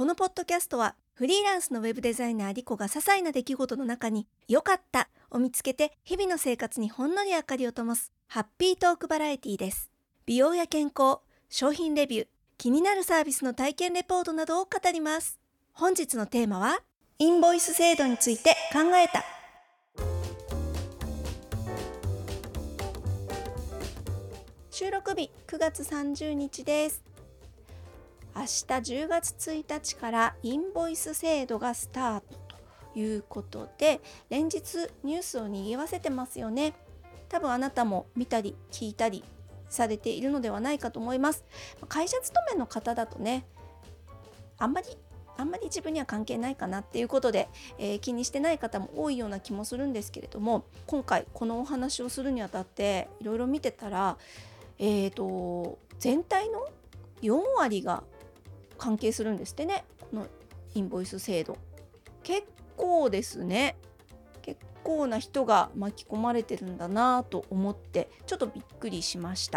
このポッドキャストはフリーランスのウェブデザイナーリコが些細な出来事の中に良かったを見つけて日々の生活にほんのり明かりを灯すハッピートークバラエティです。美容や健康、商品レビュー、気になるサービスの体験レポートなどを語ります。本日のテーマはインボイス制度について考えた。収録日9月30日です。明日10月1日からインボイス制度がスタートということで、連日ニュースを賑わせてますよね。多分あなたも見たり聞いたりされているのではないかと思います。会社勤めの方だとね、あんまり自分には関係ないかなっていうことで、気にしてない方も多いような気もするんですけれども、今回このお話をするにあたっていろいろ見てたら、全体の4割が関係するんですってね。このインボイス制度結構ですね。結構な人が巻き込まれてるんだなと思ってちょっとびっくりしました。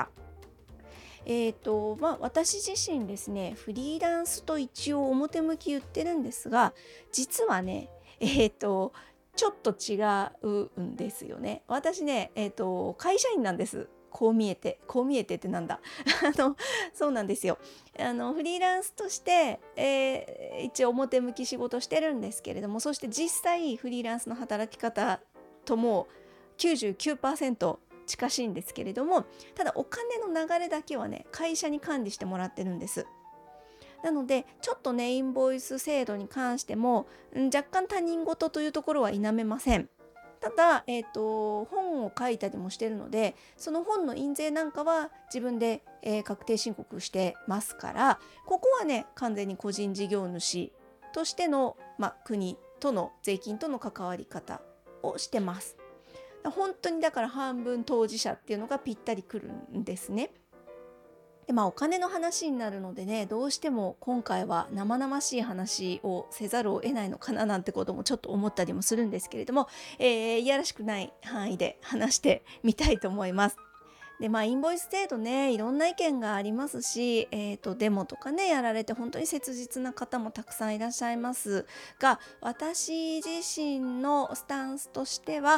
私自身ですね、フリーランスと一応表向き言ってるんですが、実はねちょっと違うんですよね。私ね、会社員なんです。こう見えてってなんだそうなんですよ。フリーランスとして、一応表向き仕事してるんですけれども、そして実際フリーランスの働き方とも 99% 近しいんですけれども、ただお金の流れだけはね、会社に管理してもらってるんです。なのでちょっとね、インボイス制度に関しても若干他人事というところは否めません。ただ、本を書いたりもしているので、その本の印税なんかは自分で、確定申告してますから、ここはね、完全に個人事業主としての、国との税金との関わり方をしてます。本当にだから半分当事者っていうのがぴったりくるんですね。でお金の話になるのでね、どうしても今回は生々しい話をせざるを得ないのかななんてこともちょっと思ったりもするんですけれども、いやらしくない範囲で話してみたいと思います。でインボイス制度ね、いろんな意見がありますし、デモとかねやられて本当に切実な方もたくさんいらっしゃいますが、私自身のスタンスとしては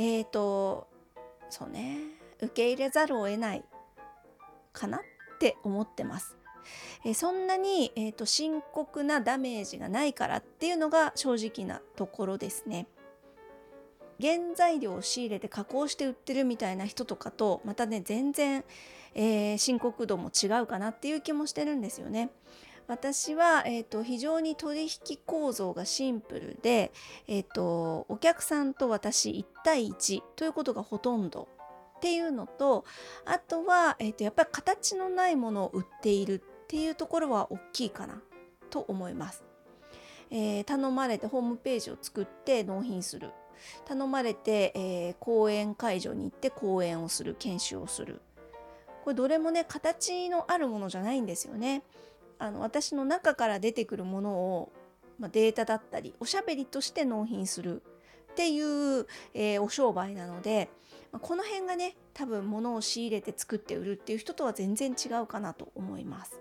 そうね、受け入れざるを得ないかなって思ってます。そんなに、深刻なダメージがないからっていうのが正直なところですね。原材料を仕入れて加工して売ってるみたいな人とかとまたね、全然、深刻度も違うかなっていう気もしてるんですよね。私は、非常に取引構造がシンプルで、お客さんと私1対1ということがほとんどっていうのと、あとは、やっぱり形のないものを売っているっていうところは大きいかなと思います。頼まれてホームページを作って納品する、頼まれて、講演会場に行って講演をする、研修をする、これどれもね、形のあるものじゃないんですよね。私の中から出てくるものを、データだったりおしゃべりとして納品するっていう、お商売なので、この辺がね、多分物を仕入れて作って売るっていう人とは全然違うかなと思います。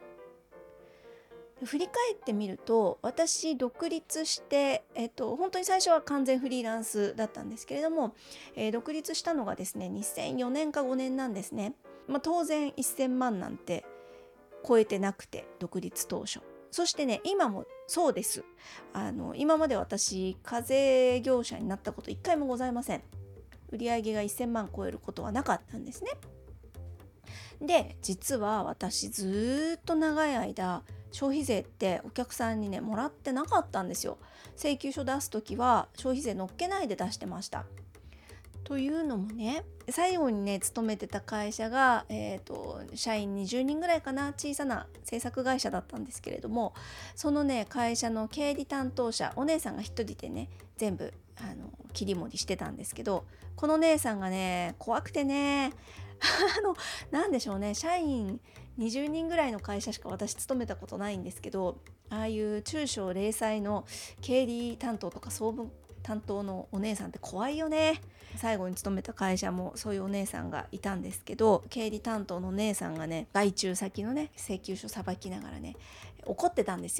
振り返ってみると、私独立して、本当に最初は完全フリーランスだったんですけれども、独立したのがですね2004年か5年なんですね。当然1000万なんて超えてなくて、独立当初。そしてね、今もそうです。今まで私課税業者になったこと一回もございません。売上が1000万超えることはなかったんですね。で、実は私ずっと長い間消費税ってお客さんにねもらってなかったんですよ。請求書出すときは消費税乗っけないで出してました。というのもね、最後にね勤めてた会社が、社員20人ぐらいかな、小さな制作会社だったんですけれども、そのね会社の経理担当者、お姉さんが一人でね全部切り盛りしてたんですけど、この姉さんがね怖くてねなんでしょうね、社員20人ぐらいの会社しか私勤めたことないんですけど、ああいう中小零細の経理担当とか総務担当のお姉さんって怖いよね。最後に勤めた会社もそういうお姉さんがいたんですけど、経理担当の姉さんがね、外注先のね請求書さばきながらね怒ってたんですよ。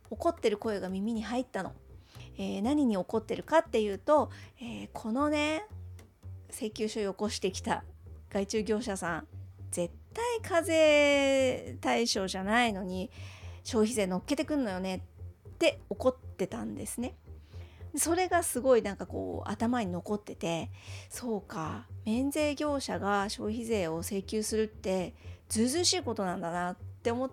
怒ってる声が耳に入ったの。何に怒ってるかっていうと、このね請求書をよこしてきた外注業者さん、絶対課税対象じゃないのに消費税乗っけてくんのよねって怒ってたんですね。それがすごいなんかこう頭に残ってて、そうか、免税業者が消費税を請求するってずうずうしいことなんだなって思って、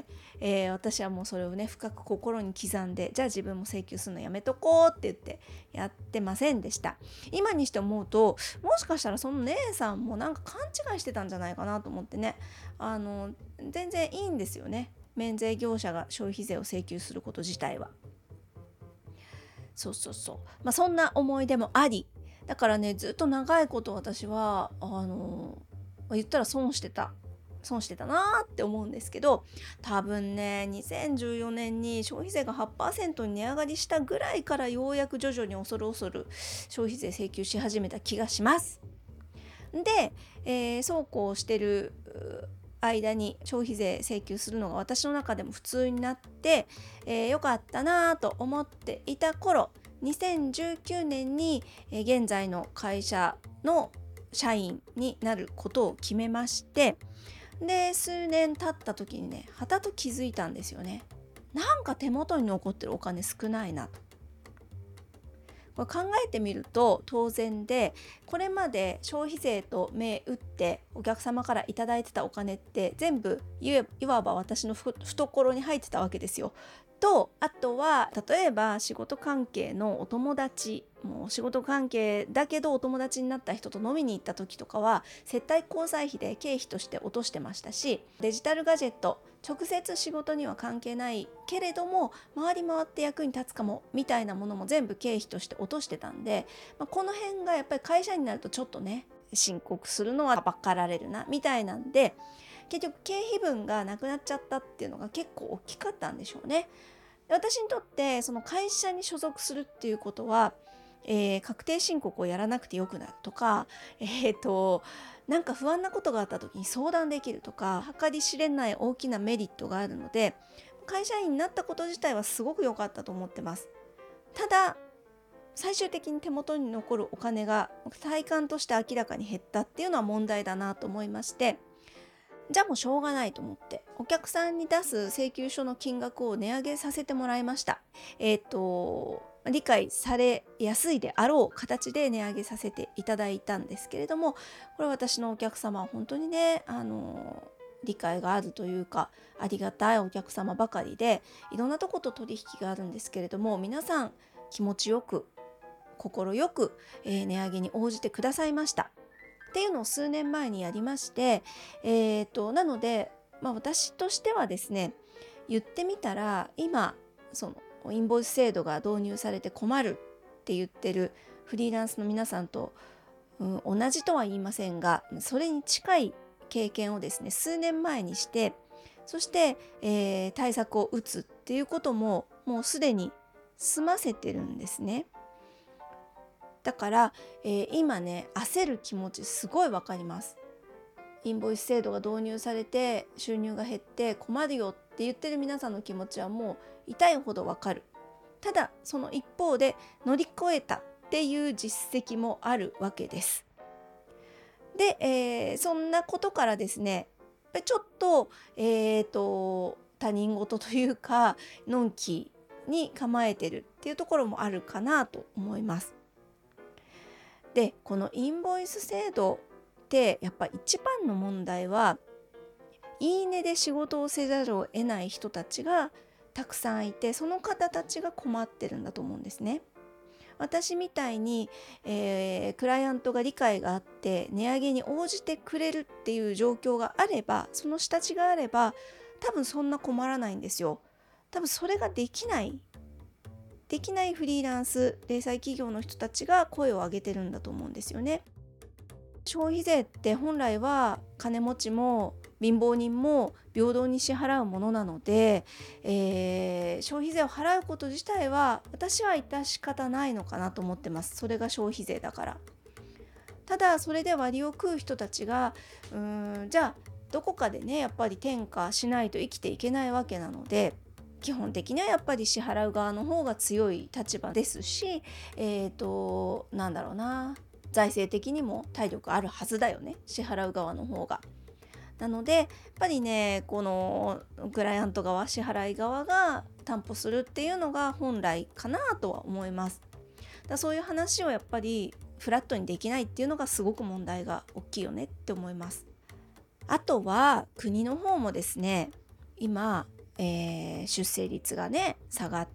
私はもうそれをね深く心に刻んで、じゃあ自分も請求するのやめとこうって言ってやってませんでした。今にして思うと、もしかしたらその姉さんもなんか勘違いしてたんじゃないかなと思ってね、全然いいんですよね、免税業者が消費税を請求すること自体は。そうそうそう。そんな思い出もあり、だからねずっと長いこと私は言ったら損してたなって思うんですけど、多分ね2014年に消費税が 8% に値上がりしたぐらいからようやく徐々に恐る恐る消費税請求し始めた気がします。で、そうこうしてる間に消費税請求するのが私の中でも普通になって、よかったなと思っていた頃、2019年に、現在の会社の社員になることを決めまして、で数年経った時にねはたと気づいたんですよね。なんか手元に残ってるお金少ないなと。これ考えてみると当然で、これまで消費税と銘打ってお客様からいただいてたお金って全部いわば私の懐に入ってたわけですよ。とあとは例えば仕事関係のお友達、もう仕事関係だけどお友達になった人と飲みに行った時とかは接待交際費で経費として落としてましたし、デジタルガジェット直接仕事には関係ないけれども回り回って役に立つかもみたいなものも全部経費として落としてたんで、この辺がやっぱり会社になるとちょっとね申告するのはばっかられるなみたいなんで、結局経費分がなくなっちゃったっていうのが結構大きかったんでしょうね。私にとってその会社に所属するっていうことは、確定申告をやらなくてよくなるとか、なんか不安なことがあった時に相談できるとか、計り知れない大きなメリットがあるので、会社員になったこと自体はすごく良かったと思ってます。ただ最終的に手元に残るお金が体感として明らかに減ったっていうのは問題だなと思いまして、じゃあもうしょうがないと思ってお客さんに出す請求書の金額を値上げさせてもらいました。理解されやすいであろう形で値上げさせていただいたんですけれども、これ私のお客様は本当にね理解があるというかありがたいお客様ばかりで、いろんなとこと取引があるんですけれども、皆さん気持ちよく心よく、値上げに応じてくださいましたっていうのを数年前にやりまして、なので、私としてはですね、言ってみたら今そのインボイス制度が導入されて困るって言ってるフリーランスの皆さんと、同じとは言いませんが、それに近い経験をですね数年前にして、そして、対策を打つっていうことももうすでに済ませてるんですね。だから、今ね焦る気持ちすごいわかります。インボイス制度が導入されて収入が減って困るよって言ってる皆さんの気持ちはもう痛いほどわかる。ただその一方で乗り越えたっていう実績もあるわけです。で、そんなことからですねちょっと、他人事というかのんきに構えてるっていうところもあるかなと思います。でこのインボイス制度ってやっぱ一番の問題は、いいねで仕事をせざるを得ない人たちがたくさんいて、その方たちが困ってるんだと思うんですね。私みたいに、クライアントが理解があって値上げに応じてくれるっていう状況があれば、その下地があれば多分そんな困らないんですよ。多分それができないフリーランス零細企業の人たちが声を上げてるんだと思うんですよね。消費税って本来は金持ちも貧乏人も平等に支払うものなので、消費税を払うこと自体は私は致し方ないのかなと思ってます。それが消費税だから。ただそれで割を食う人たちがじゃあどこかでねやっぱり転嫁しないと生きていけないわけなので、 基本的にはやっぱり支払う側の方が強い立場ですし、なんだろうな、財政的にも体力あるはずだよね、支払う側の方が。なのでやっぱりね、このクライアント側、支払い側が担保するっていうのが本来かなとは思います。そういう話をやっぱりフラットにできないっていうのがすごく問題が大きいよねって思います。あとは国の方もですね、今、出生率がね下がって、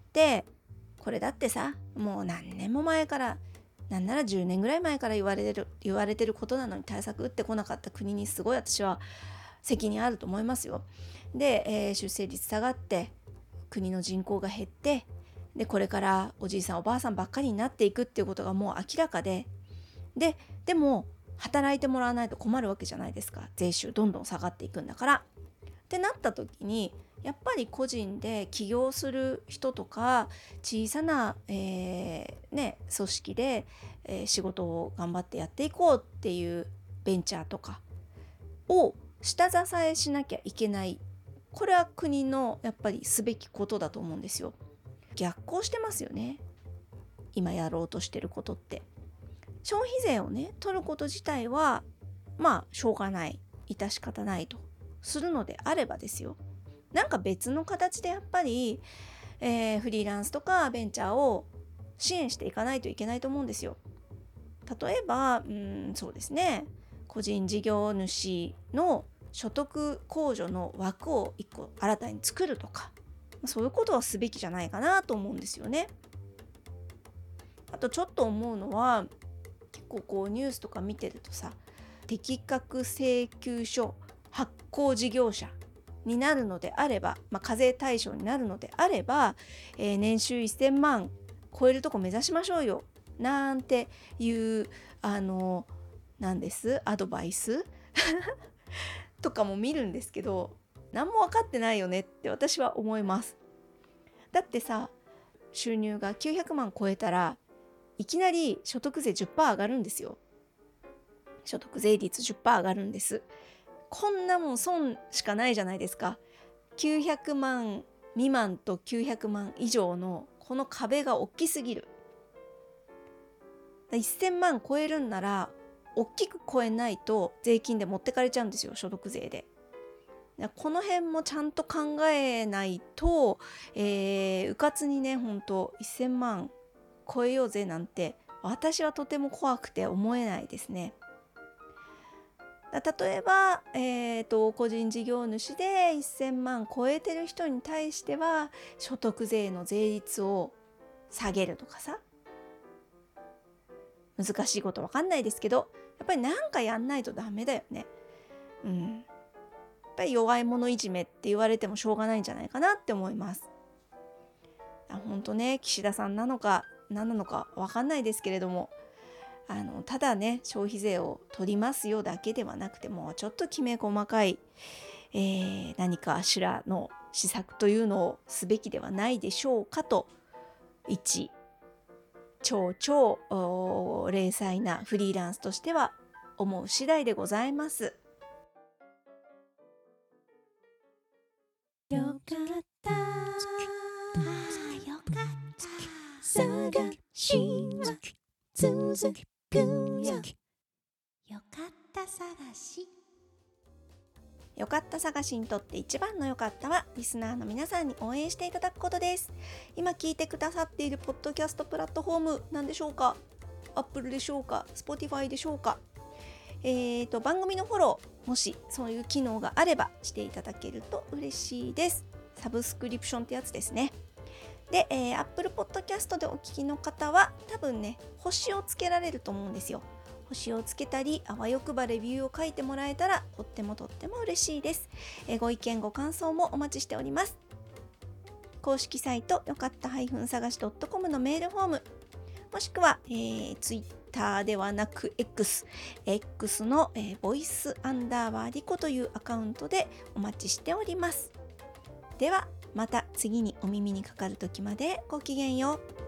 これだってさ、もう何年も前から、なんなら10年ぐらい前から言われてることなのに対策打ってこなかった国にすごい私は責任あると思いますよ。で、出生率下がって国の人口が減って、でこれからおじいさんおばあさんばっかりになっていくっていうことがもう明らかで、でも働いてもらわないと困るわけじゃないですか。税収どんどん下がっていくんだから。ってなった時に、やっぱり個人で起業する人とか、小さな、組織で、仕事を頑張ってやっていこうっていうベンチャーとかを下支えしなきゃいけない。これは国のやっぱりすべきことだと思うんですよ。逆行してますよね、今やろうとしてることって。消費税をね取ること自体はしょうがない、致し方ないとするのであればですよ、なんか別の形でやっぱり、フリーランスとかベンチャーを支援していかないといけないと思うんですよ。例えばそうですね、個人事業主の所得控除の枠を1個新たに作るとか、そういうことはすべきじゃないかなと思うんですよね。あとちょっと思うのは、結構こうニュースとか見てるとさ、適格請求書発行事業者になるのであれば、課税対象になるのであれば、年収1000万超えるとこ目指しましょうよなんていうなんですアドバイスとかも見るんですけど、何も分かってないよねって私は思います。だってさ、収入が900万超えたらいきなり所得税 10% 上がるんですよ。所得税率 10% 上がるんです。こんなもん損しかないじゃないですか。900万未満と900万以上のこの壁が大きすぎる。1000万超えるんなら大きく超えないと税金で持ってかれちゃうんですよ、所得税で。この辺もちゃんと考えないと、うかつにね、本当1000万超えようぜなんて私はとても怖くて思えないですね。例えば、個人事業主で1000万超えてる人に対しては所得税の税率を下げるとかさ、難しいことわかんないですけど、やっぱりなんかやんないとダメだよね。やっぱり弱い者いじめって言われてもしょうがないんじゃないかなって思います。本当ね、岸田さんなのか何なのかわかんないですけれども、ただね消費税を取りますよだけではなくて、もうちょっときめ細かい、何かしらの施策というのをすべきではないでしょうかと、一超零細なフリーランスとしては思う次第でございます。よかった探しは続くよ。よかった探し。よかった探しにとって一番のよかったは、リスナーの皆さんに応援していただくことです。今聞いてくださっているポッドキャストプラットフォームなんでしょうか。 Apple でしょうか、 Spotify でしょうか。番組のフォロー、もしそういう機能があればしていただけると嬉しいです。サブスクリプションってやつですね。で、Apple Podcast でお聞きの方は多分ね、星をつけられると思うんですよ。星をつけたり、あわよくばレビューを書いてもらえたらとっても嬉しいです。ご意見ご感想もお待ちしております。公式サイトよかった-探し .com のメールフォーム、もしくは、Twitter ではなく X の、ボイス_リコというアカウントでお待ちしております。ではまた次にお耳にかかる時までごきげんよう。